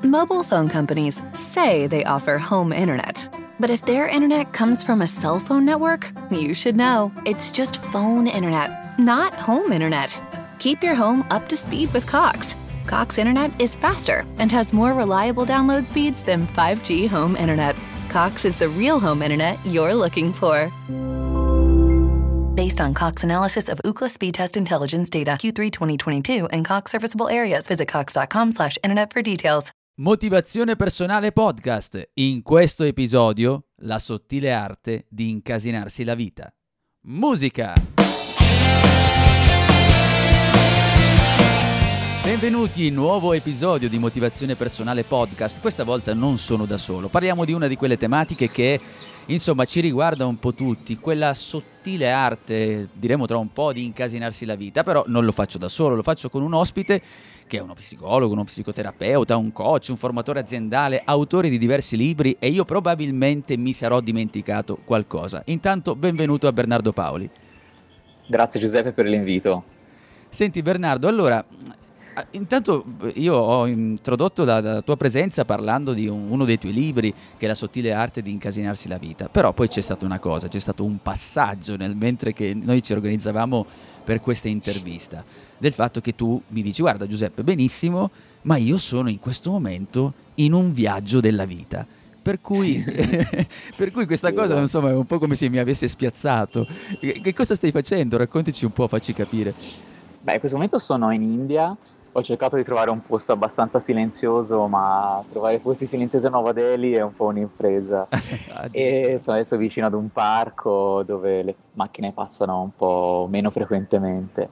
Mobile phone companies say they offer home internet. But if their internet comes from a cell phone network, you should know. It's just phone internet, not home internet. Keep your home up to speed with Cox. Cox Internet is faster and has more reliable download speeds than 5G home internet. Cox is the real home internet you're looking for. Based on Cox analysis of Ookla speed test intelligence data Q3 2022 and Cox serviceable areas, visit cox.com/internet for details. Motivazione personale podcast. In questo episodio, la sottile arte di incasinarsi la vita. Musica! Benvenuti in nuovo episodio di Motivazione Personale Podcast. Questa volta non sono da solo. Parliamo di una di quelle tematiche che, insomma, ci riguarda un po' tutti. Quella sottile arte, diremo tra un po', di incasinarsi la vita. Però non lo faccio da solo, lo faccio con un ospite che è uno psicologo, uno psicoterapeuta, un coach, un formatore aziendale, autore di diversi libri, e io probabilmente mi sarò dimenticato qualcosa. Intanto, benvenuto a Bernardo Paoli. Grazie Giuseppe per l'invito. Senti Bernardo, allora... Intanto io ho introdotto la tua presenza parlando di uno dei tuoi libri, che è La sottile arte di incasinarsi la vita, però poi c'è stata una cosa, c'è stato un passaggio mentre che noi ci organizzavamo per questa intervista, del fatto che tu mi dici: guarda Giuseppe, benissimo, ma io sono in questo momento in un viaggio della vita. Per cui questa cosa, insomma, è un po' come se mi avesse spiazzato. Che cosa stai facendo? Raccontaci un po', facci capire. Beh, in questo momento sono in India. Ho cercato di trovare un posto abbastanza silenzioso, ma trovare posti silenziosi a Nuova Delhi è un po' un'impresa. E sono adesso vicino ad un parco dove le macchine passano un po' meno frequentemente.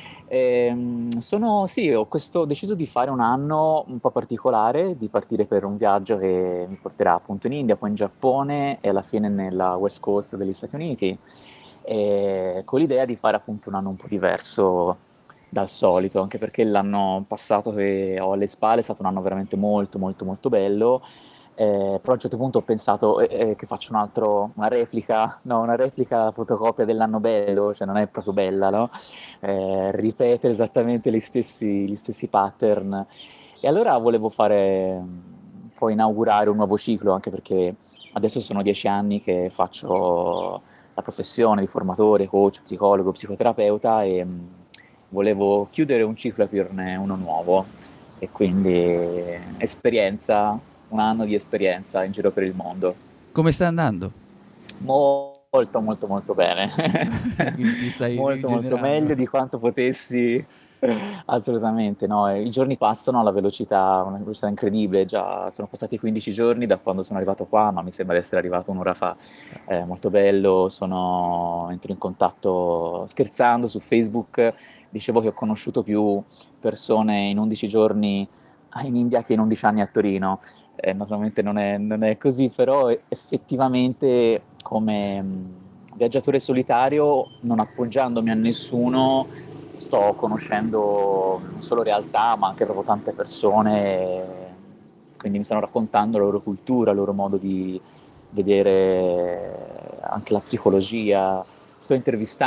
Ho deciso di fare un anno un po' particolare, di partire per un viaggio che mi porterà appunto in India, poi in Giappone e alla fine nella West Coast degli Stati Uniti, con l'idea di fare appunto un anno un po' diverso dal solito, anche perché l'anno passato che ho alle spalle è stato un anno veramente molto molto molto bello, però a un certo punto ho pensato che faccio una replica fotocopia dell'anno bello, cioè non è proprio bella, no? Ripetere esattamente gli stessi pattern, e allora volevo poi inaugurare un nuovo ciclo, anche perché adesso sono 10 anni che faccio la professione di formatore, coach, psicologo, psicoterapeuta, e volevo chiudere un ciclo e aprirne uno nuovo, e quindi un anno di esperienza in giro per il mondo. Come sta andando? Molto molto molto bene. Ti stai molto meglio di quanto potessi. Assolutamente, no, i giorni passano una velocità incredibile. Già sono passati 15 giorni da quando sono arrivato qua, ma mi sembra di essere arrivato un'ora fa. Molto bello, entro in contatto scherzando su Facebook. Dicevo che ho conosciuto più persone in 11 giorni in India che in 11 anni a Torino. Naturalmente non è così, però effettivamente come viaggiatore solitario, non appoggiandomi a nessuno, sto conoscendo non solo realtà, ma anche proprio tante persone, quindi mi stanno raccontando la loro cultura, il loro modo di vedere anche la psicologia. Sto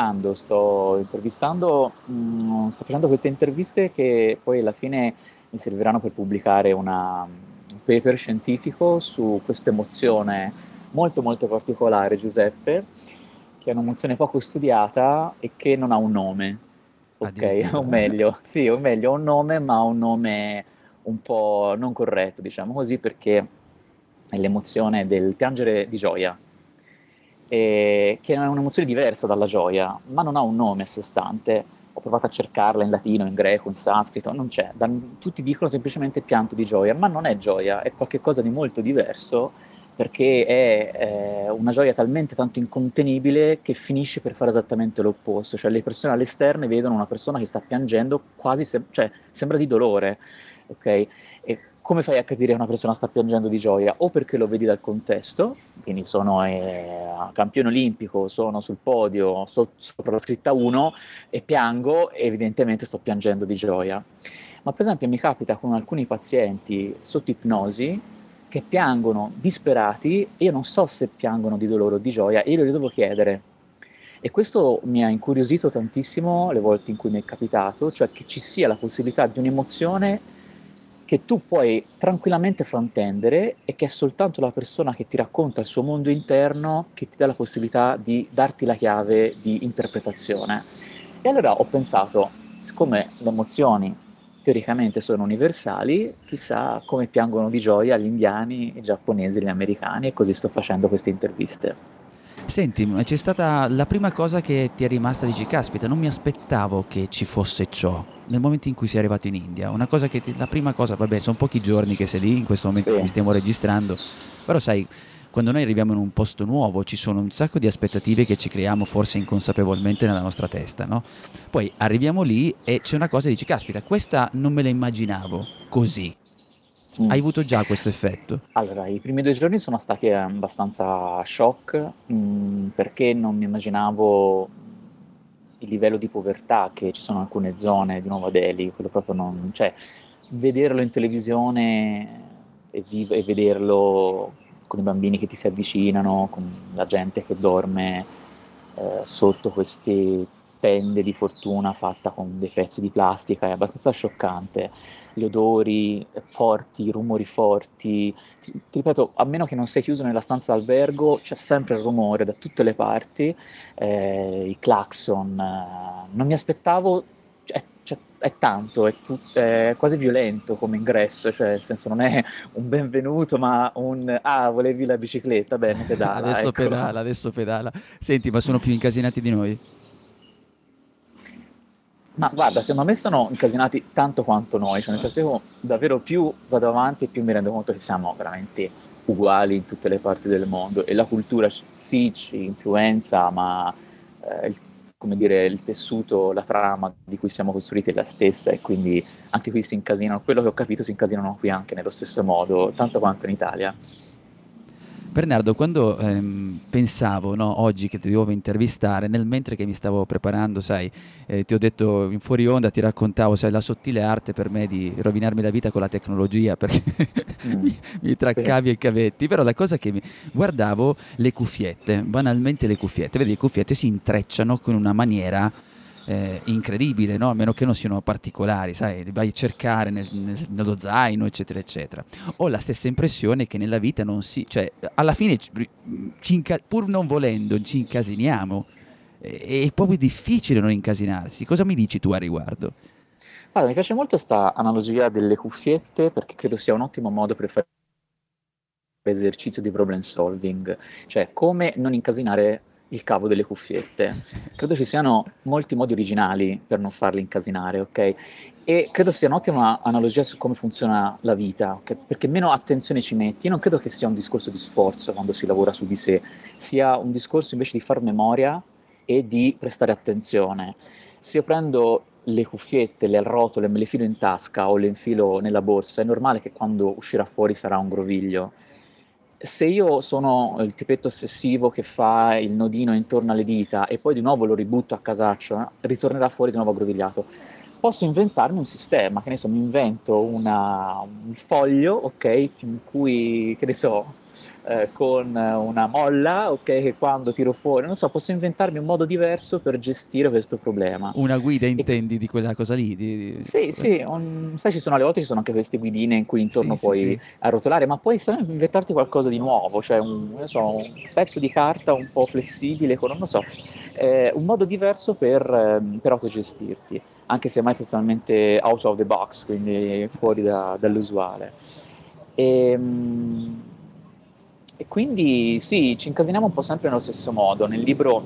facendo queste interviste che poi alla fine mi serviranno per pubblicare un paper scientifico su questa emozione molto molto particolare, Giuseppe, che è un'emozione poco studiata e che non ha un nome. Ok, o meglio, ha un nome, ma un nome un po' non corretto, diciamo così, perché è l'emozione del piangere di gioia, che è un'emozione diversa dalla gioia, ma non ha un nome a sé stante. Ho provato a cercarla in latino, in greco, in sanscrito, non c'è. Tutti dicono semplicemente pianto di gioia, ma non è gioia, è qualcosa di molto diverso, perché è una gioia talmente tanto incontenibile che finisce per fare esattamente l'opposto. Cioè le persone all'esterno vedono una persona che sta piangendo cioè sembra di dolore, ok? E come fai a capire che una persona sta piangendo di gioia? O perché lo vedi dal contesto, quindi sono campione olimpico, sono sul podio, sopra la scritta 1 e piango, e evidentemente sto piangendo di gioia. Ma per esempio mi capita con alcuni pazienti sotto ipnosi che piangono disperati, e io non so se piangono di dolore o di gioia, e io glielo devo chiedere. E questo mi ha incuriosito tantissimo le volte in cui mi è capitato, cioè che ci sia la possibilità di un'emozione che tu puoi tranquillamente fraintendere e che è soltanto la persona che ti racconta il suo mondo interno che ti dà la possibilità di darti la chiave di interpretazione. E allora ho pensato, siccome le emozioni teoricamente sono universali, chissà come piangono di gioia gli indiani, i giapponesi, gli americani, e così sto facendo queste interviste. Senti, ma c'è stata la prima cosa che ti è rimasta, dici, caspita, non mi aspettavo che ci fosse ciò nel momento in cui sei arrivato in India. Una cosa la prima cosa, vabbè, sono pochi giorni che sei lì in questo momento che Sì. mi stiamo registrando, però sai, quando noi arriviamo in un posto nuovo ci sono un sacco di aspettative che ci creiamo forse inconsapevolmente nella nostra testa, no? Poi arriviamo lì e c'è una cosa e dici, caspita, questa non me la immaginavo così. Mm. Hai avuto già questo effetto? Allora, i primi 2 giorni sono stati abbastanza shock, perché non mi immaginavo il livello di povertà che ci sono in alcune zone di Nuova Delhi, quello proprio non, cioè, vederlo in televisione e vederlo con i bambini che ti si avvicinano, con la gente che dorme sotto queste tende di fortuna fatta con dei pezzi di plastica, è abbastanza scioccante. Gli odori forti, i rumori forti, ti ripeto, a meno che non sei chiuso nella stanza d'albergo, c'è sempre il rumore da tutte le parti, i clacson, non mi aspettavo, è tanto, è quasi violento come ingresso, cioè nel senso non è un benvenuto, ma un ah, volevi la bicicletta, bene, pedala, Adesso ecco. pedala, adesso pedala. Senti, ma sono più incasinati di noi? Ma guarda, secondo me sono incasinati tanto quanto noi, cioè nel senso io davvero più vado avanti più mi rendo conto che siamo veramente uguali in tutte le parti del mondo e la cultura sì ci influenza, ma come dire, il tessuto, la trama di cui siamo costruiti è la stessa e quindi anche qui si incasinano, quello che ho capito si incasinano qui anche nello stesso modo, tanto quanto in Italia. Bernardo, quando pensavo, no, oggi che ti dovevo intervistare, nel mentre che mi stavo preparando, sai, ti ho detto in fuori onda, ti raccontavo, sai, la sottile arte per me di rovinarmi la vita con la tecnologia, perché Mm, mi tra sì. cavi e cavetti, però la cosa che guardavo le cuffiette, banalmente le cuffiette, vedi, le cuffiette si intrecciano con una maniera incredibile, no? A meno che non siano particolari, sai, li vai a cercare nello zaino, eccetera, eccetera. Ho la stessa impressione che nella vita non si, cioè, alla fine pur non volendo ci incasiniamo. È proprio difficile non incasinarsi. Cosa mi dici tu a riguardo? Guarda, mi piace molto questa analogia delle cuffiette perché credo sia un ottimo modo per fare esercizio di problem solving, cioè come non incasinare il cavo delle cuffiette. Credo ci siano molti modi originali per non farli incasinare, ok? E credo sia un'ottima analogia su come funziona la vita, ok? Perché meno attenzione ci metti. Io non credo che sia un discorso di sforzo quando si lavora su di sé, sia un discorso invece di far memoria e di prestare attenzione. Se io prendo le cuffiette, le arrotolo e me le filo in tasca o le infilo nella borsa, è normale che quando uscirà fuori sarà un groviglio. Se io sono il tipetto ossessivo che fa il nodino intorno alle dita e poi di nuovo lo ributto a casaccio, ritornerà fuori di nuovo aggrovigliato. Posso inventarmi un sistema, che ne so, mi invento un foglio, ok, in cui, che ne so, con una molla, ok, che quando tiro fuori, non so, posso inventarmi un modo diverso per gestire questo problema. Una guida E intendi di quella cosa lì? sì, sì, sai, alle volte ci sono anche queste guidine in cui Sì, intorno sì, puoi sì. arrotolare, ma puoi sempre inventarti qualcosa di nuovo, cioè non so, un pezzo di carta un po' flessibile, con, non lo so, un modo diverso per autogestirti, anche se mai totalmente out of the box, quindi fuori dall'usuale. E, e quindi sì, ci incasiniamo un po' sempre nello stesso modo. Nel libro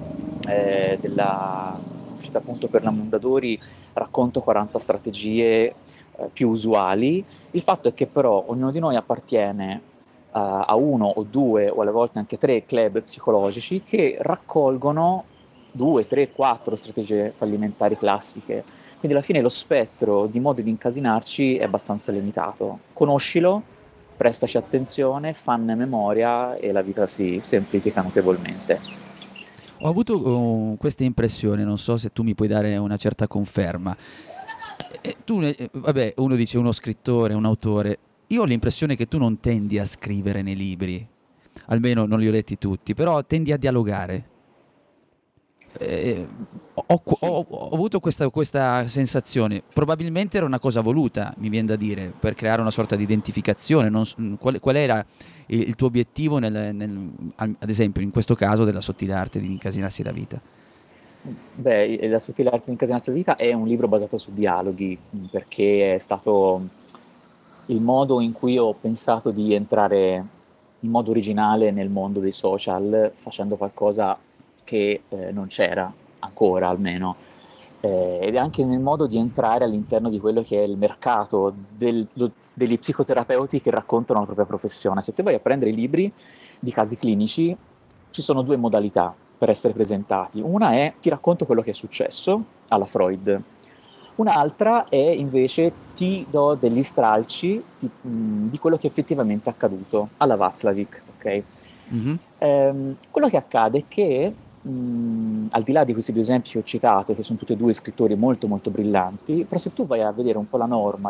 della uscita appunto per la Mondadori racconto 40 strategie più usuali. Il fatto è che però ognuno di noi appartiene a uno o due o alle volte anche tre club psicologici che raccolgono due, tre, quattro strategie fallimentari classiche. Quindi alla fine lo spettro di modi di incasinarci è abbastanza limitato. Conoscilo, prestaci attenzione, fanne memoria e la vita si semplifica notevolmente. Ho avuto questa impressione, non so se tu mi puoi dare una certa conferma. Tu, vabbè, uno dice uno scrittore, un autore. Io ho l'impressione che tu non tendi a scrivere nei libri, almeno non li ho letti tutti, però tendi a dialogare. eh, ho, Sì. ho avuto questa sensazione, probabilmente era una cosa voluta, mi viene da dire, per creare una sorta di identificazione. Qual era il tuo obiettivo ad esempio in questo caso della sottile arte di incasinarsi la vita? Beh, La sottile arte di incasinarsi la vita è un libro basato su dialoghi, perché è stato il modo in cui ho pensato di entrare in modo originale nel mondo dei social, facendo qualcosa che non c'era ancora almeno. Ed è anche nel modo di entrare all'interno di quello che è il mercato degli psicoterapeuti che raccontano la propria professione. Se te vai a prendere i libri di casi clinici, ci sono due modalità per essere presentati. Una è ti racconto quello che è successo alla Freud. Un'altra è invece ti do degli stralci di quello che effettivamente è accaduto alla Václavic, ok? Mhm. Quello che accade è che, al di là di questi due esempi che ho citato, che sono tutti e due scrittori molto molto brillanti, però se tu vai a vedere un po' la norma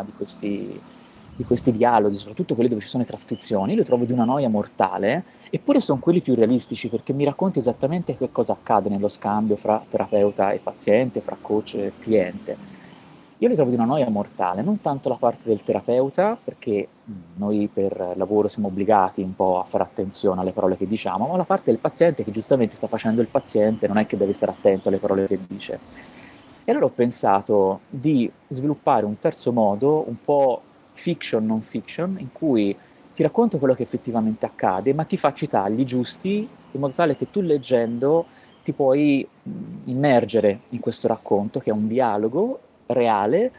di questi dialoghi, soprattutto quelli dove ci sono le trascrizioni, io li trovo di una noia mortale, eppure sono quelli più realistici perché mi racconti esattamente che cosa accade nello scambio fra terapeuta e paziente, fra coach e cliente. Io li trovo di una noia mortale, non tanto la parte del terapeuta, perché noi per lavoro siamo obbligati un po' a fare attenzione alle parole che diciamo, ma la parte del paziente che giustamente sta facendo il paziente, non è che deve stare attento alle parole che dice. E allora ho pensato di sviluppare un terzo modo, un po' fiction, non fiction, in cui ti racconto quello che effettivamente accade, ma ti faccio i tagli giusti, in modo tale che tu leggendo ti puoi immergere in questo racconto, che è un dialogo reale,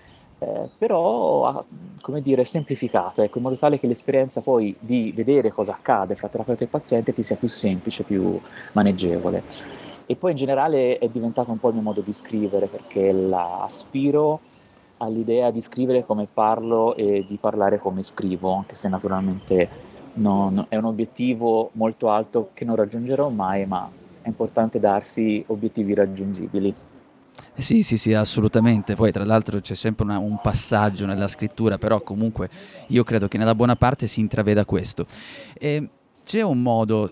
però, come dire, semplificato, ecco, in modo tale che l'esperienza poi di vedere cosa accade fra terapeuta e paziente ti sia più semplice, più maneggevole. E poi in generale è diventato un po' il mio modo di scrivere, perché aspiro all'idea di scrivere come parlo e di parlare come scrivo, anche se naturalmente è un obiettivo molto alto che non raggiungerò mai, ma è importante darsi obiettivi raggiungibili. Sì, sì, sì, assolutamente. Poi tra l'altro c'è sempre un passaggio nella scrittura, però comunque io credo che nella buona parte si intraveda questo. E c'è un modo,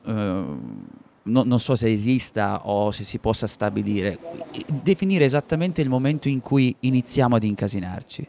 non so se esista o se si possa stabilire, definire esattamente il momento in cui iniziamo ad incasinarci.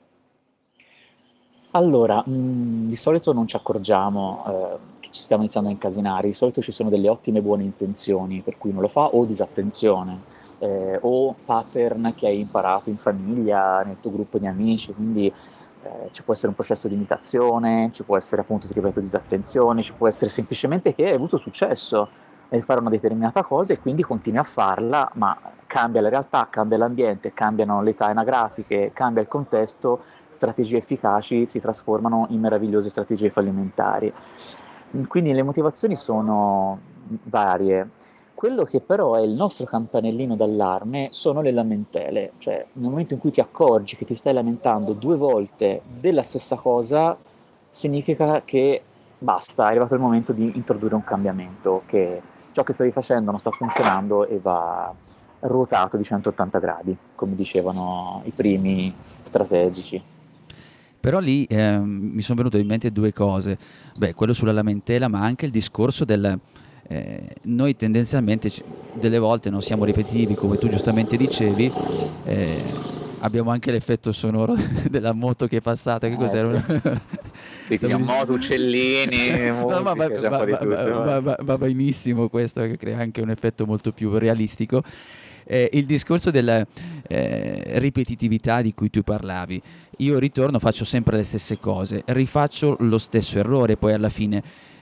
Allora, di solito non ci accorgiamo, che ci stiamo iniziando a incasinare, di solito ci sono delle ottime buone intenzioni per cui non lo fa, o disattenzione, o pattern che hai imparato in famiglia, nel tuo gruppo di amici, quindi ci può essere un processo di imitazione, ci può essere appunto, ti ripeto, disattenzione, ci può essere semplicemente che hai avuto successo nel fare una determinata cosa e quindi continui a farla, ma cambia la realtà, cambia l'ambiente, cambiano le età anagrafiche, cambia il contesto, strategie efficaci si trasformano in meravigliose strategie fallimentari. Quindi le motivazioni sono varie. Quello che però è il nostro campanellino d'allarme sono le lamentele, cioè nel momento in cui ti accorgi che ti stai lamentando due volte della stessa cosa, significa che basta, è arrivato il momento di introdurre un cambiamento, che ciò che stavi facendo non sta funzionando e va ruotato di 180 gradi, come dicevano i primi strategici. Però lì mi sono venute in mente due cose. Beh, quello sulla lamentela, ma anche il discorso del... noi tendenzialmente delle volte non siamo ripetitivi, come tu giustamente dicevi, eh, abbiamo anche l'effetto sonoro della moto che è passata. Che cos'era? Sì. Sì, Stavo quindi dic- moto, uccellini, No, musica, c'è un po' di tutto. va benissimo questo, che crea anche un effetto molto più realistico. Il discorso della ripetitività di cui tu parlavi, io ritorno, faccio sempre le stesse cose, rifaccio lo stesso errore, poi alla fine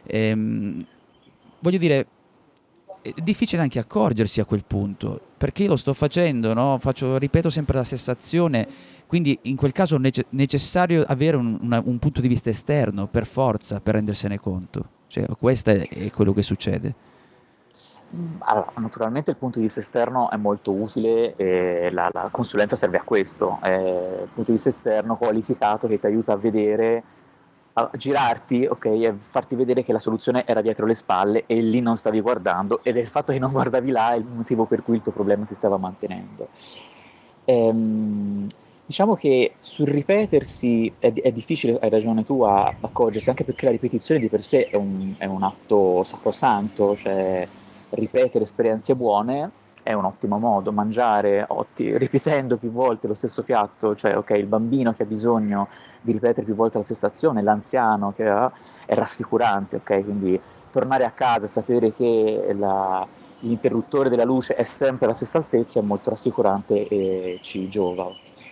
voglio dire, è difficile anche accorgersi a quel punto, perché io lo sto facendo, no? Ripeto sempre la stessa azione, quindi in quel caso è necessario avere un punto di vista esterno, per forza, per rendersene conto. Cioè, questo è quello che succede. Allora, naturalmente il punto di vista esterno è molto utile e la consulenza serve a questo, è il punto di vista esterno qualificato che ti aiuta a vedere, a girarti, ok, e farti vedere che la soluzione era dietro le spalle e lì non stavi guardando ed è il fatto che non guardavi là è il motivo per cui il tuo problema si stava mantenendo. Ehm, diciamo che sul ripetersi è difficile, hai ragione tu, a accorgersi, anche perché la ripetizione di per sé è un atto sacrosanto, cioè ripetere esperienze buone è un ottimo modo. Mangiare ripetendo più volte lo stesso piatto, cioè ok, il bambino che ha bisogno di ripetere più volte la stessa azione, l'anziano che è rassicurante, ok? Quindi tornare a casa e sapere che l'interruttore della luce è sempre alla stessa altezza è molto rassicurante e ci giova.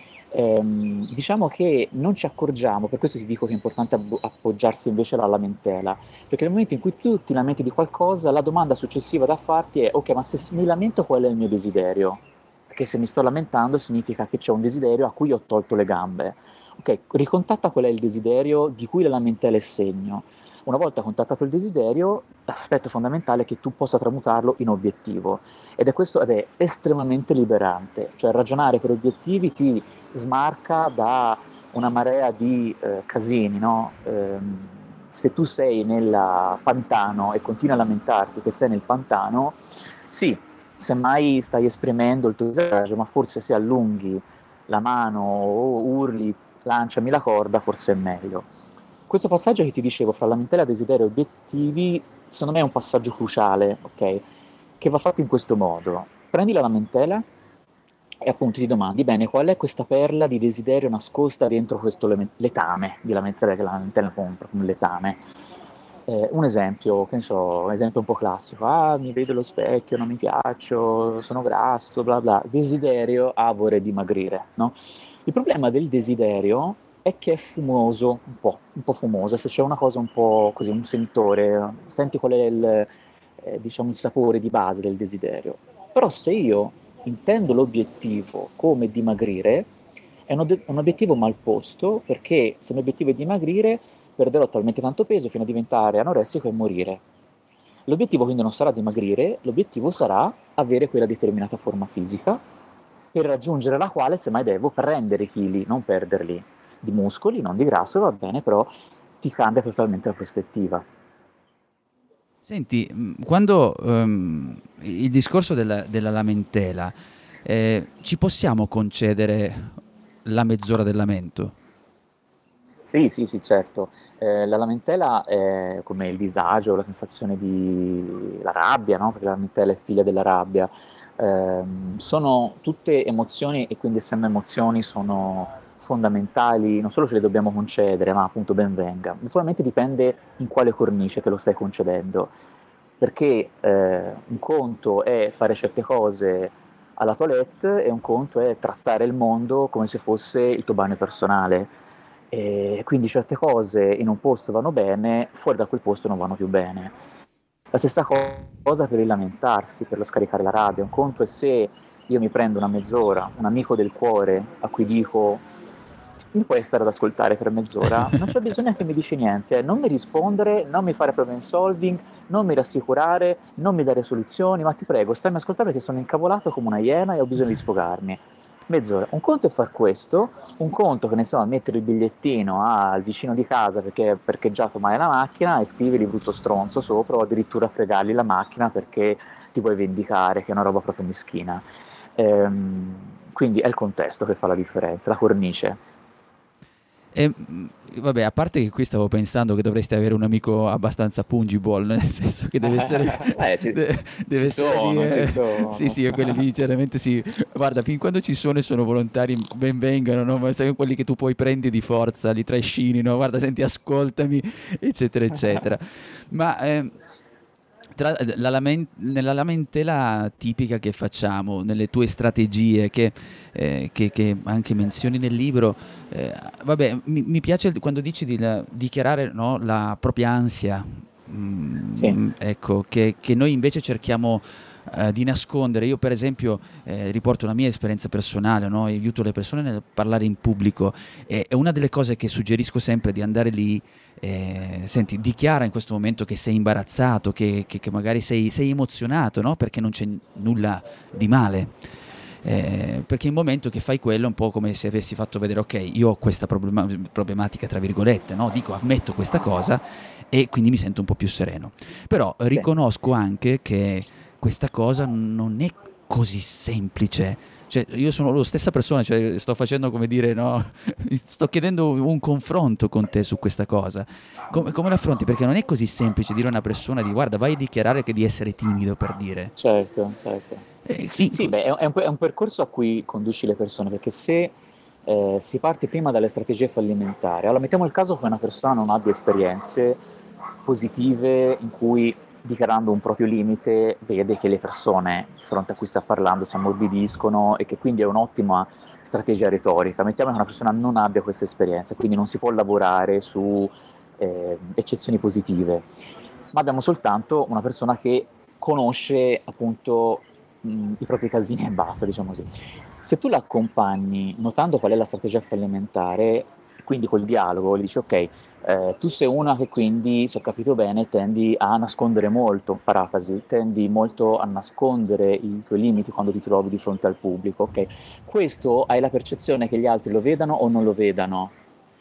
Diciamo che non ci accorgiamo, per questo ti dico che è importante appoggiarsi invece alla lamentela, perché nel momento in cui tu ti lamenti di qualcosa, la domanda successiva da farti è: ok, ma se mi lamento, qual è il mio desiderio? Perché se mi sto lamentando significa che c'è un desiderio a cui ho tolto le gambe. Ok, ricontatta qual è il desiderio di cui la lamentela è segno. Una volta contattato il desiderio, l'aspetto fondamentale è che tu possa tramutarlo in obiettivo, ed è estremamente liberante, cioè ragionare per obiettivi ti smarca da una marea di casini, no? Se tu sei nel pantano e continui a lamentarti che sei nel pantano, sì, semmai stai esprimendo il tuo disagio, ma forse se allunghi la mano o urli lanciami la corda, forse è meglio. Questo passaggio che ti dicevo fra lamentela, desiderio e obiettivi, secondo me è un passaggio cruciale, ok? Che va fatto in questo modo. Prendi la lamentela e appunto ti domandi, bene, qual è questa perla di desiderio nascosta dentro questo letame di lamentela, che la lamentela compra come letame. Un esempio, che ne so, un esempio un po' classico: ah, mi vedo allo specchio, non mi piaccio, sono grasso, bla bla. Desiderio, ah, vorrei dimagrire, no? Il problema del desiderio è che è fumoso, un po' fumoso, cioè c'è una cosa un po' così, un sentore, senti qual è diciamo, il sapore di base del desiderio. Però se io intendo l'obiettivo come dimagrire, è un obiettivo mal posto, perché se l'obiettivo è dimagrire, perderò talmente tanto peso fino a diventare anoressico e morire. L'obiettivo quindi non sarà dimagrire, l'obiettivo sarà avere quella determinata forma fisica, per raggiungere la quale semmai devo prendere chili, non perderli, di muscoli, non di grasso, va bene, però ti cambia totalmente la prospettiva. Senti, quando il discorso della lamentela, ci possiamo concedere la mezz'ora del lamento? Sì, sì, sì, certo. La lamentela è come il disagio, la sensazione di la rabbia, no? Perché la lamentela è figlia della rabbia. Sono tutte emozioni e quindi essendo emozioni sono fondamentali, non solo ce le dobbiamo concedere, ma appunto ben venga. Naturalmente dipende in quale cornice te lo stai concedendo, perché un conto è fare certe cose alla toilette e un conto è trattare il mondo come se fosse il tuo bagno personale. E quindi certe cose in un posto vanno bene, fuori da quel posto non vanno più bene. La stessa cosa per il lamentarsi, per lo scaricare la rabbia. Un conto è se io mi prendo una mezz'ora, un amico del cuore a cui dico: mi puoi stare ad ascoltare per mezz'ora? Non c'è bisogno che mi dici niente, non mi rispondere, non mi fare problem solving, non mi rassicurare, non mi dare soluzioni, ma ti prego, stammi a ascoltare perché sono incavolato come una iena e ho bisogno di sfogarmi. Mezz'ora. Un conto è far questo, un conto, che ne so, mettere il bigliettino al vicino di casa perché ha parcheggiato male la macchina e scrivergli brutto stronzo sopra, o addirittura fregargli la macchina perché ti vuoi vendicare, che è una roba proprio meschina. Quindi è il contesto che fa la differenza, la cornice. E vabbè, a parte che qui stavo pensando che dovresti avere un amico abbastanza pungible, nel senso che deve essere deve ci essere sono, lì, ci sono. sì, sì, quelli lì chiaramente sì. Guarda, fin quando ci sono e sono volontari, ben vengano, no? Ma sai, quelli che tu puoi prendi di forza, li trascini, no? Guarda, senti, ascoltami, eccetera, eccetera. Ma nella lamentela tipica che facciamo, nelle tue strategie che anche menzioni nel libro, vabbè, mi piace quando dici di dichiarare, no, la propria ansia, Sì. ecco, che noi invece cerchiamo di nascondere. Io per esempio riporto una mia esperienza personale, no? Aiuto le persone nel parlare in pubblico e una delle cose che suggerisco sempre è di andare lì, senti, dichiara in questo momento che sei imbarazzato, che magari sei emozionato, no? Perché non c'è nulla di male. Perché il momento che fai quello è un po' come se avessi fatto vedere: ok, io ho questa problematica tra virgolette, no? Dico, ammetto questa cosa e quindi mi sento un po' più sereno. Però Sì. riconosco anche che questa cosa non è così semplice, Cioè, io sono la stessa persona, cioè, sto facendo, come dire, no? Sto chiedendo un confronto con te su questa cosa. Come l'affronti? Perché non è così semplice dire a una persona di guarda, vai a dichiarare che di essere timido, per dire. Certo, certo. Eh, in- Sì, beh, è un percorso a cui conduci le persone, perché se si parte prima dalle strategie fallimentari, allora mettiamo il caso che una persona non abbia esperienze positive in cui, dichiarando un proprio limite, vede che le persone di fronte a cui sta parlando si ammorbidiscono e che quindi è un'ottima strategia retorica. Mettiamo che una persona non abbia queste esperienze, quindi non si può lavorare su eccezioni positive, ma abbiamo soltanto una persona che conosce appunto i propri casini e basta, diciamo così. Se tu la accompagni notando qual è la strategia fallimentare, quindi col dialogo, gli dici ok, tu sei una che quindi, se ho capito bene, tendi a nascondere molto, parafrasi, tendi molto a nascondere i tuoi limiti quando ti trovi di fronte al pubblico, ok? Questo hai la percezione che gli altri lo vedano o non lo vedano?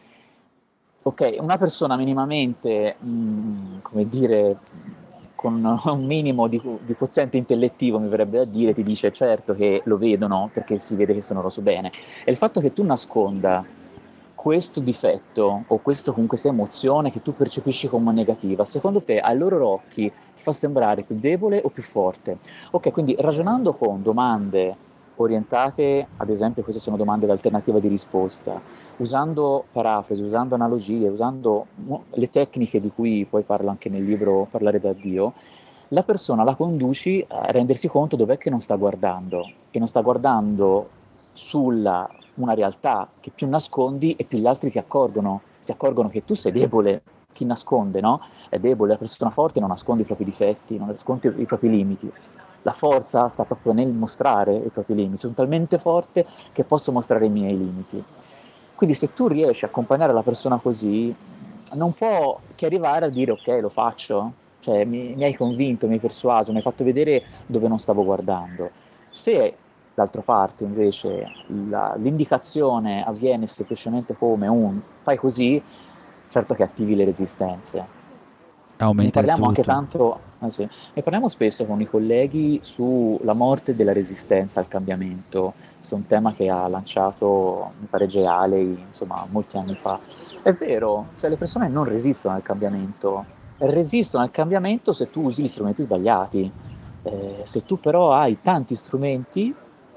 Ok, una persona minimamente, come dire, con un minimo di quoziente intellettivo, mi verrebbe da dire, ti dice certo che lo vedono perché si vede che sono roso bene. E il fatto che tu nasconda questo difetto o questo comunque sia emozione che tu percepisci come negativa, secondo te ai loro occhi ti fa sembrare più debole o più forte? Ok, quindi ragionando con domande orientate, ad esempio, queste sono domande d'alternativa di risposta, usando parafrasi, usando analogie, usando le tecniche di cui poi parlo anche nel libro Parlare da Dio, la persona la conduci a rendersi conto dov'è che non sta guardando, e non sta guardando sulla una realtà che più nascondi e più gli altri si accorgono che tu sei debole. Chi nasconde, no? È debole, la persona forte non nasconde i propri difetti, non nasconde i propri limiti. La forza sta proprio nel mostrare i propri limiti. Sono talmente forte che posso mostrare i miei limiti. Quindi se tu riesci a accompagnare la persona così, non può che arrivare a dire ok, lo faccio, cioè mi hai convinto, mi hai persuaso, mi hai fatto vedere dove non stavo guardando. Se d'altra parte invece l'indicazione avviene semplicemente come un fai così, certo che attivi le resistenze. Ne Aumenta il parliamo anche tutto. tanto, sì, ne parliamo spesso con i colleghi sulla morte della resistenza al cambiamento. Questo è un tema che ha lanciato, mi pare, Jay Haley, insomma, molti anni fa. È vero, cioè le persone non resistono al cambiamento, resistono al cambiamento se tu usi gli strumenti sbagliati. Se tu però hai tanti strumenti,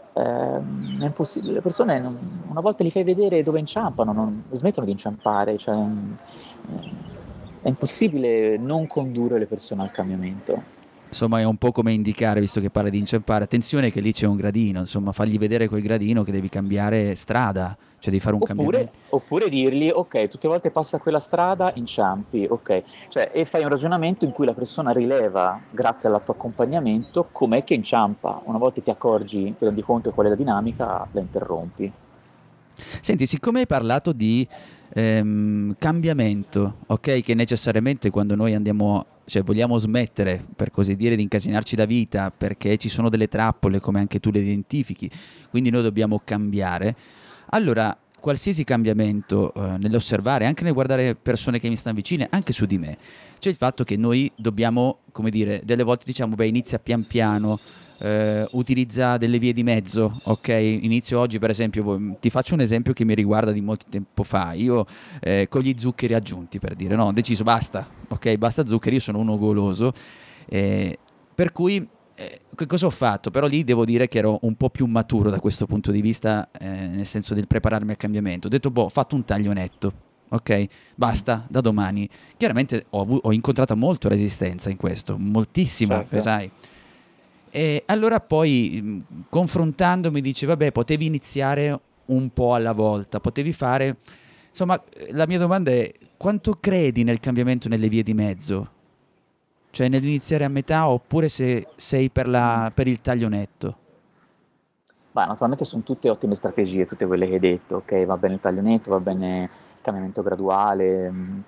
è impossibile. Le persone, una volta li fai vedere dove inciampano, non smettono di inciampare, cioè, è impossibile non condurre le persone al cambiamento. Insomma, è un po' come indicare, visto che parla di inciampare, attenzione che lì c'è un gradino, insomma, fargli vedere quel gradino che devi cambiare strada, cioè devi fare un cambiamento. Oppure dirgli, ok, tutte le volte passa quella strada, inciampi, ok. Cioè, e fai un ragionamento in cui la persona rileva, grazie al tuo accompagnamento, com'è che inciampa. Una volta ti accorgi, ti rendi conto di qual è la dinamica, la interrompi. Senti, siccome hai parlato di cambiamento, ok? Che necessariamente quando noi andiamo, cioè vogliamo smettere, per così dire, di incasinarci la vita perché ci sono delle trappole, come anche tu le identifichi, quindi noi dobbiamo cambiare. Allora, qualsiasi cambiamento nell'osservare, anche nel guardare persone che mi stanno vicine, anche su di me, c'è il fatto che noi dobbiamo, come dire, delle volte diciamo, beh, inizia pian piano, utilizza delle vie di mezzo, ok? Inizio oggi, per esempio, ti faccio un esempio che mi riguarda di molto tempo fa. Io con gli zuccheri aggiunti, per dire, no, ho deciso basta, ok, basta zuccheri, io sono uno goloso, per cui che cosa ho fatto? Però lì devo dire che ero un po' più maturo da questo punto di vista, nel senso del prepararmi al cambiamento. Ho detto, boh, ho fatto un taglio netto, ok? Basta, da domani. Chiaramente ho incontrato molto resistenza in questo, moltissima, Certo. sai. E allora poi, confrontandomi, dice, vabbè, potevi iniziare un po' alla volta, potevi fare... Insomma, la mia domanda è, quanto credi nel cambiamento nelle vie di mezzo? Cioè nell'iniziare a metà oppure se sei per il taglio netto? Beh, naturalmente sono tutte ottime strategie, tutte quelle che hai detto, ok? Va bene il taglio netto, va bene il cambiamento graduale,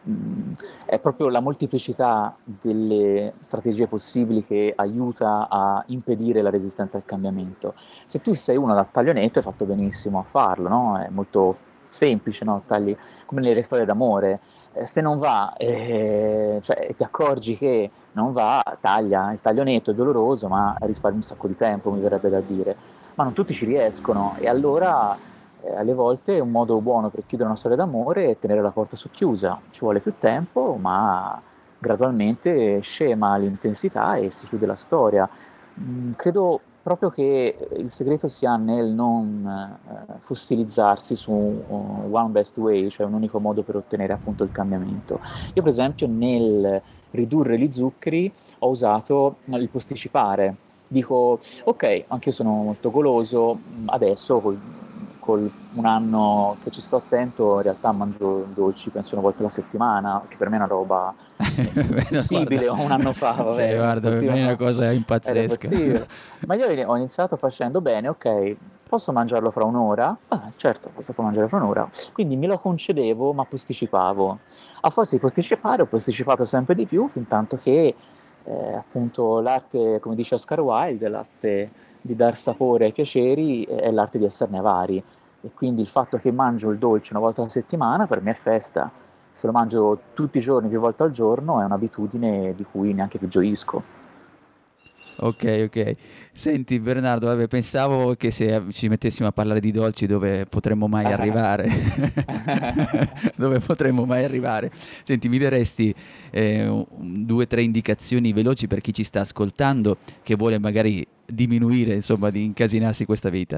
è proprio la molteplicità delle strategie possibili che aiuta a impedire la resistenza al cambiamento. Se tu sei uno da taglio netto, hai fatto benissimo a farlo, no? È molto semplice, no? Tagli come nelle storie d'amore. Se non va, cioè ti accorgi che non va, taglia. Il taglio netto è doloroso, ma risparmi un sacco di tempo, mi verrebbe da dire. ma non tutti ci riescono, e allora alle volte un modo buono per chiudere una storia d'amore è tenere la porta socchiusa, ci vuole più tempo, ma gradualmente scema l'intensità e si chiude la storia. Credo proprio che il segreto sia nel non fossilizzarsi su one best way, cioè un unico modo per ottenere appunto il cambiamento. Io per esempio nel ridurre gli zuccheri ho usato il posticipare. Dico, ok, anche io sono molto goloso, adesso col un anno che ci sto attento in realtà mangio dolci penso una volta alla settimana, che per me è una roba impossibile, Guarda, un anno fa, cioè, vabbè, guarda, per me è una cosa era impazzesca. impossibile. Ma io ho iniziato facendo bene, ok, posso mangiarlo fra un'ora? Ah, certo, posso mangiare fra un'ora. Quindi me lo concedevo, ma posticipavo. A forza di posticipare, ho posticipato sempre di più, fin tanto che appunto l'arte, come dice Oscar Wilde, l'arte di dar sapore ai piaceri è l'arte di esserne avari. E quindi il fatto che mangio il dolce una volta alla settimana per me è festa. Se lo mangio tutti i giorni, più volte al giorno, è un'abitudine di cui neanche più gioisco. Ok, ok. Senti Bernardo, vabbè, pensavo che se ci mettessimo a parlare di dolci dove potremmo mai arrivare? Dove potremmo mai arrivare? Senti, mi daresti due o tre indicazioni veloci per chi ci sta ascoltando che vuole magari diminuire, insomma, di incasinarsi questa vita?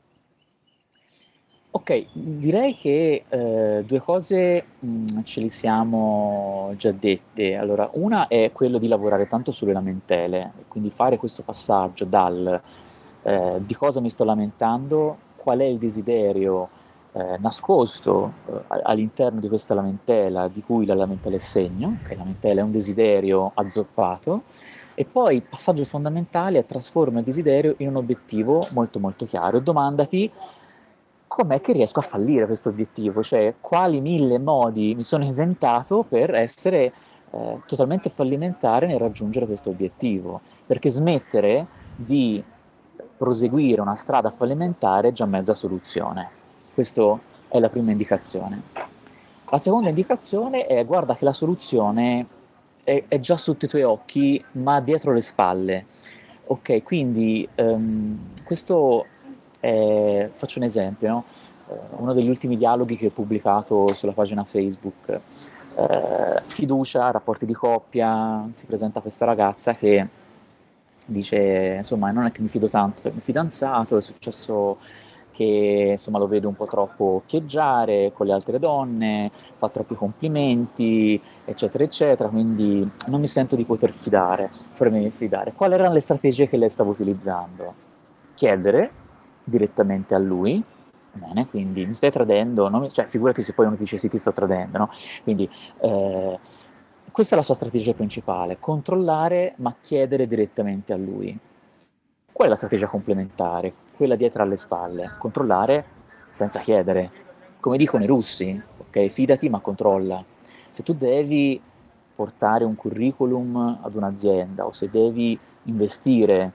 Ok, direi che due cose ce li siamo già dette. Allora, una è quello di lavorare tanto sulle lamentele, quindi fare questo passaggio dal di cosa mi sto lamentando, qual è il desiderio nascosto all'interno di questa lamentela, di cui la lamentela è segno, che la lamentela è un desiderio azzoppato, e poi passaggio fondamentale è trasforma il desiderio in un obiettivo molto molto chiaro. Domandati com'è che riesco a fallire questo obiettivo, cioè quali mille modi mi sono inventato per essere totalmente fallimentare nel raggiungere questo obiettivo, perché smettere di proseguire una strada fallimentare è già mezza soluzione. Questa è la prima indicazione. La seconda indicazione è guarda che la soluzione è già sotto i tuoi occhi, ma dietro le spalle. Ok, quindi questo faccio un esempio, no? Uno degli ultimi dialoghi che ho pubblicato sulla pagina Facebook, fiducia, rapporti di coppia, si presenta questa ragazza che dice, insomma, non è che mi fido tanto del mio fidanzato, è successo che insomma lo vedo un po' troppo occhieggiare con le altre donne, fa troppi complimenti, eccetera, eccetera, quindi non mi sento di poter farmi fidare. Quali erano le strategie che lei stava utilizzando? Chiedere direttamente a lui, bene, quindi mi stai tradendo, cioè figurati se poi uno dice sì ti sto tradendo, no? Quindi questa è la sua strategia principale, controllare ma chiedere direttamente a lui. Qual è la strategia complementare? Quella dietro alle spalle, controllare senza chiedere. Come dicono i russi, ok? Fidati ma controlla. Se tu devi portare un curriculum ad un'azienda o se devi investire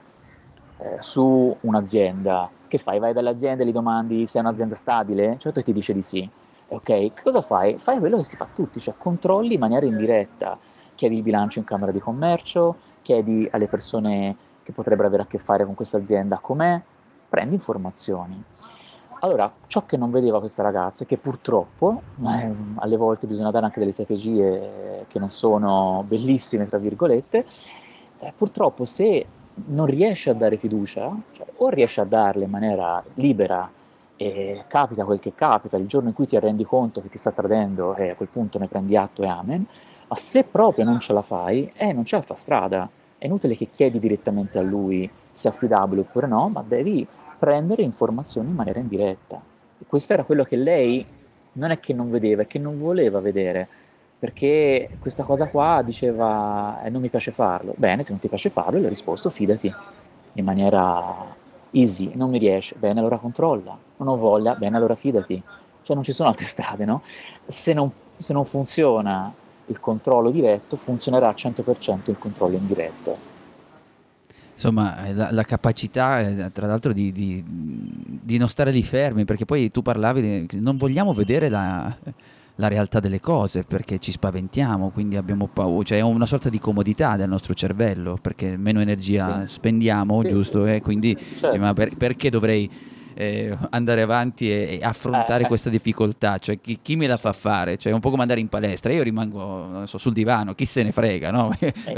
su un'azienda, che fai? Vai dall'azienda e gli domandi se è un'azienda stabile? Certo che ti dice di sì. Ok, che cosa fai? Fai quello che si fa tutti, cioè controlli in maniera indiretta. Chiedi il bilancio in Camera di Commercio, chiedi alle persone che potrebbero avere a che fare con questa azienda com'è, prendi informazioni. Allora, ciò che non vedeva questa ragazza è che purtroppo, alle volte bisogna dare anche delle strategie che non sono bellissime, tra virgolette, purtroppo se non riesce a dare fiducia, cioè, o riesce a darla in maniera libera e capita quel che capita, il giorno in cui ti rendi conto che ti sta tradendo e a quel punto ne prendi atto e amen, ma se proprio non ce la fai, non c'è altra strada. È inutile che chiedi direttamente a lui se è affidabile oppure no, ma devi prendere informazioni in maniera indiretta. E questo era quello che lei non è che non vedeva, è che non voleva vedere, perché questa cosa qua diceva non mi piace farlo. Bene, se non ti piace farlo, le ho risposto fidati, in maniera easy, non mi riesce, bene allora controlla, non ho voglia, bene allora fidati. Cioè non ci sono altre strade, no? Se non funziona il controllo diretto, funzionerà al 100% il controllo indiretto. Insomma, la capacità, tra l'altro, di non stare lì fermi, perché poi tu parlavi, non vogliamo vedere la realtà delle cose, perché ci spaventiamo, quindi abbiamo paura, cioè è una sorta di comodità del nostro cervello, perché meno energia spendiamo, giusto? E quindi ma perché dovrei andare avanti e affrontare questa difficoltà? Cioè chi me la fa fare? Cioè è un po' come andare in palestra, io rimango, non so, sul divano, chi se ne frega, no?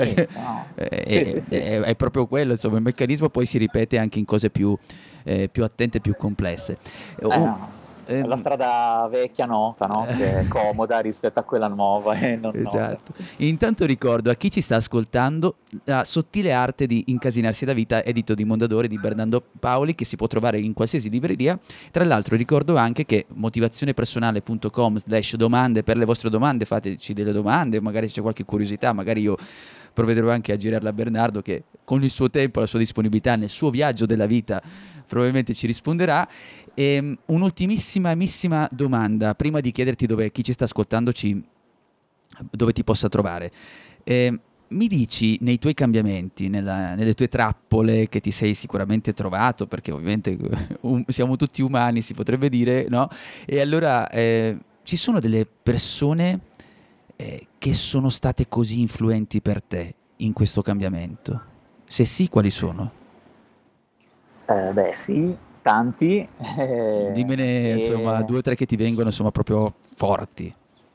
È proprio quello, insomma, il meccanismo poi si ripete anche in cose più attente, più complesse. La strada vecchia nota, no? Che è comoda rispetto a quella nuova e non nota. Intanto ricordo a chi ci sta ascoltando La sottile arte di incasinarsi la vita, edito di Mondadori di Bernardo Paoli, che si può trovare in qualsiasi libreria. Tra l'altro ricordo anche che motivazionepersonale.com/domande, per le vostre domande fateci delle domande, magari se c'è qualche curiosità, magari io provvederò anche a girarla a Bernardo, che con il suo tempo, la sua disponibilità nel suo viaggio della vita probabilmente ci risponderà. Un'ultimissima domanda prima di chiederti dove chi ci sta ascoltando dove ti possa trovare. Mi dici, nei tuoi cambiamenti, nelle tue trappole che ti sei sicuramente trovato, perché ovviamente siamo tutti umani, si potrebbe dire, no? E allora ci sono delle persone che sono state così influenti per te in questo cambiamento? Se sì, quali sono? Sì, tanti. Dimmene insomma 2 o 3 che ti vengono insomma proprio forti.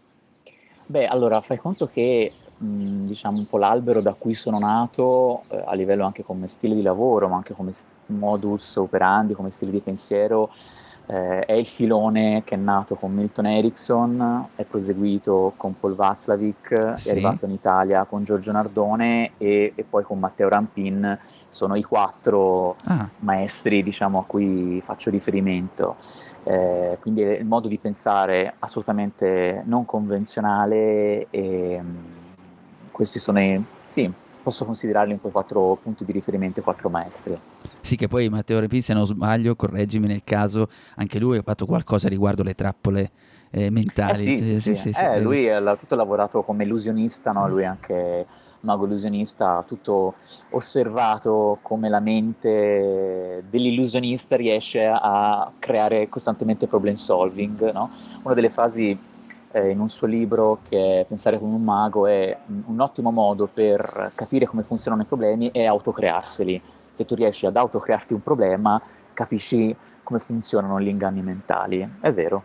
Allora fai conto che diciamo un po' l'albero da cui sono nato, a livello anche come stile di lavoro, ma anche come modus operandi, come stile di pensiero, è il filone che è nato con Milton Erickson, è proseguito con Paul Václavic, è arrivato in Italia con Giorgio Nardone e poi con Matteo Rampin. Sono i 4 maestri, diciamo, a cui faccio riferimento. Quindi è il modo di pensare assolutamente non convenzionale e questi sono posso considerarli un po' 4 punti di riferimento, 4 maestri. Sì, che poi Matteo Rampin, se non sbaglio, correggimi nel caso, anche lui ha fatto qualcosa riguardo le trappole mentali. Sì. Lui ha tutto lavorato come illusionista, no? Lui è anche mago illusionista, ha tutto osservato come la mente dell'illusionista riesce a creare costantemente problem solving, no? Una delle frasi in un suo libro, che è Pensare come un mago, è un ottimo modo per capire come funzionano i problemi è autocrearseli. Se tu riesci ad autocrearti un problema, capisci come funzionano gli inganni mentali. È vero.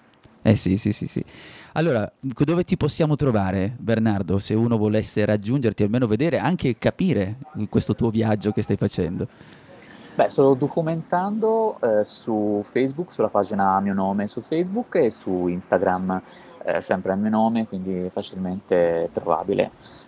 Sì. Allora, dove ti possiamo trovare, Bernardo, se uno volesse raggiungerti, almeno vedere, anche capire questo tuo viaggio che stai facendo? Sto documentando su Facebook, sulla pagina a mio nome su Facebook, e su Instagram sempre a mio nome, quindi facilmente trovabile.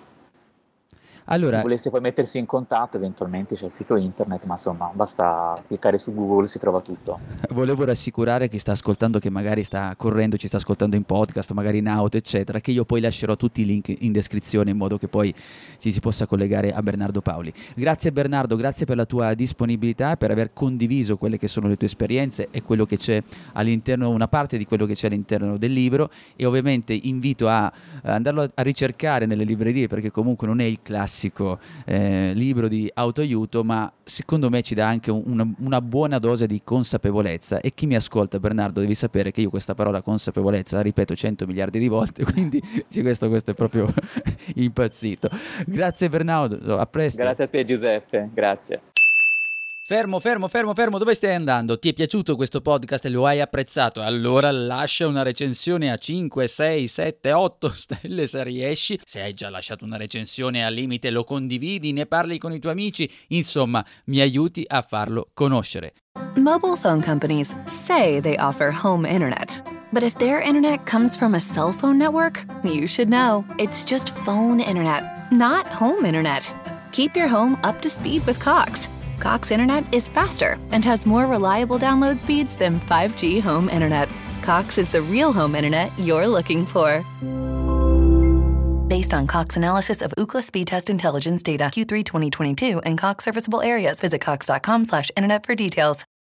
Allora, se volesse poi mettersi in contatto, eventualmente c'è il sito internet, ma insomma basta cliccare su Google, si trova tutto. Volevo rassicurare chi sta ascoltando, che magari sta correndo, ci sta ascoltando in podcast, magari in auto eccetera, che io poi lascerò tutti i link in descrizione in modo che poi ci si possa collegare a Bernardo Paoli. Grazie Bernardo, grazie per la tua disponibilità, per aver condiviso quelle che sono le tue esperienze e quello che c'è all'interno, una parte di quello che c'è all'interno del libro, e ovviamente invito a andarlo a ricercare nelle librerie, perché comunque non è il classico libro di autoaiuto, ma secondo me ci dà anche una buona dose di consapevolezza. E chi mi ascolta, Bernardo, devi sapere che io questa parola consapevolezza la ripeto 100 miliardi di volte, quindi questo è proprio impazzito. Grazie Bernardo, a presto. Grazie a te Giuseppe, grazie. Fermo, dove stai andando? Ti è piaciuto questo podcast e lo hai apprezzato? Allora lascia una recensione a 5, 6, 7, 8 stelle se riesci. Se hai già lasciato una recensione, al limite lo condividi, ne parli con i tuoi amici, insomma mi aiuti a farlo conoscere. Mobile phone companies say they offer home internet. But if their internet comes from a cell phone network, you should know. It's just phone internet, not home internet. Keep your home up to speed with Cox. Cox Internet is faster and has more reliable download speeds than 5G home internet. Cox is the real home internet you're looking for. Based on Cox analysis of Ookla speed test intelligence data Q3 2022 and Cox serviceable areas, visit cox.com/internet for details.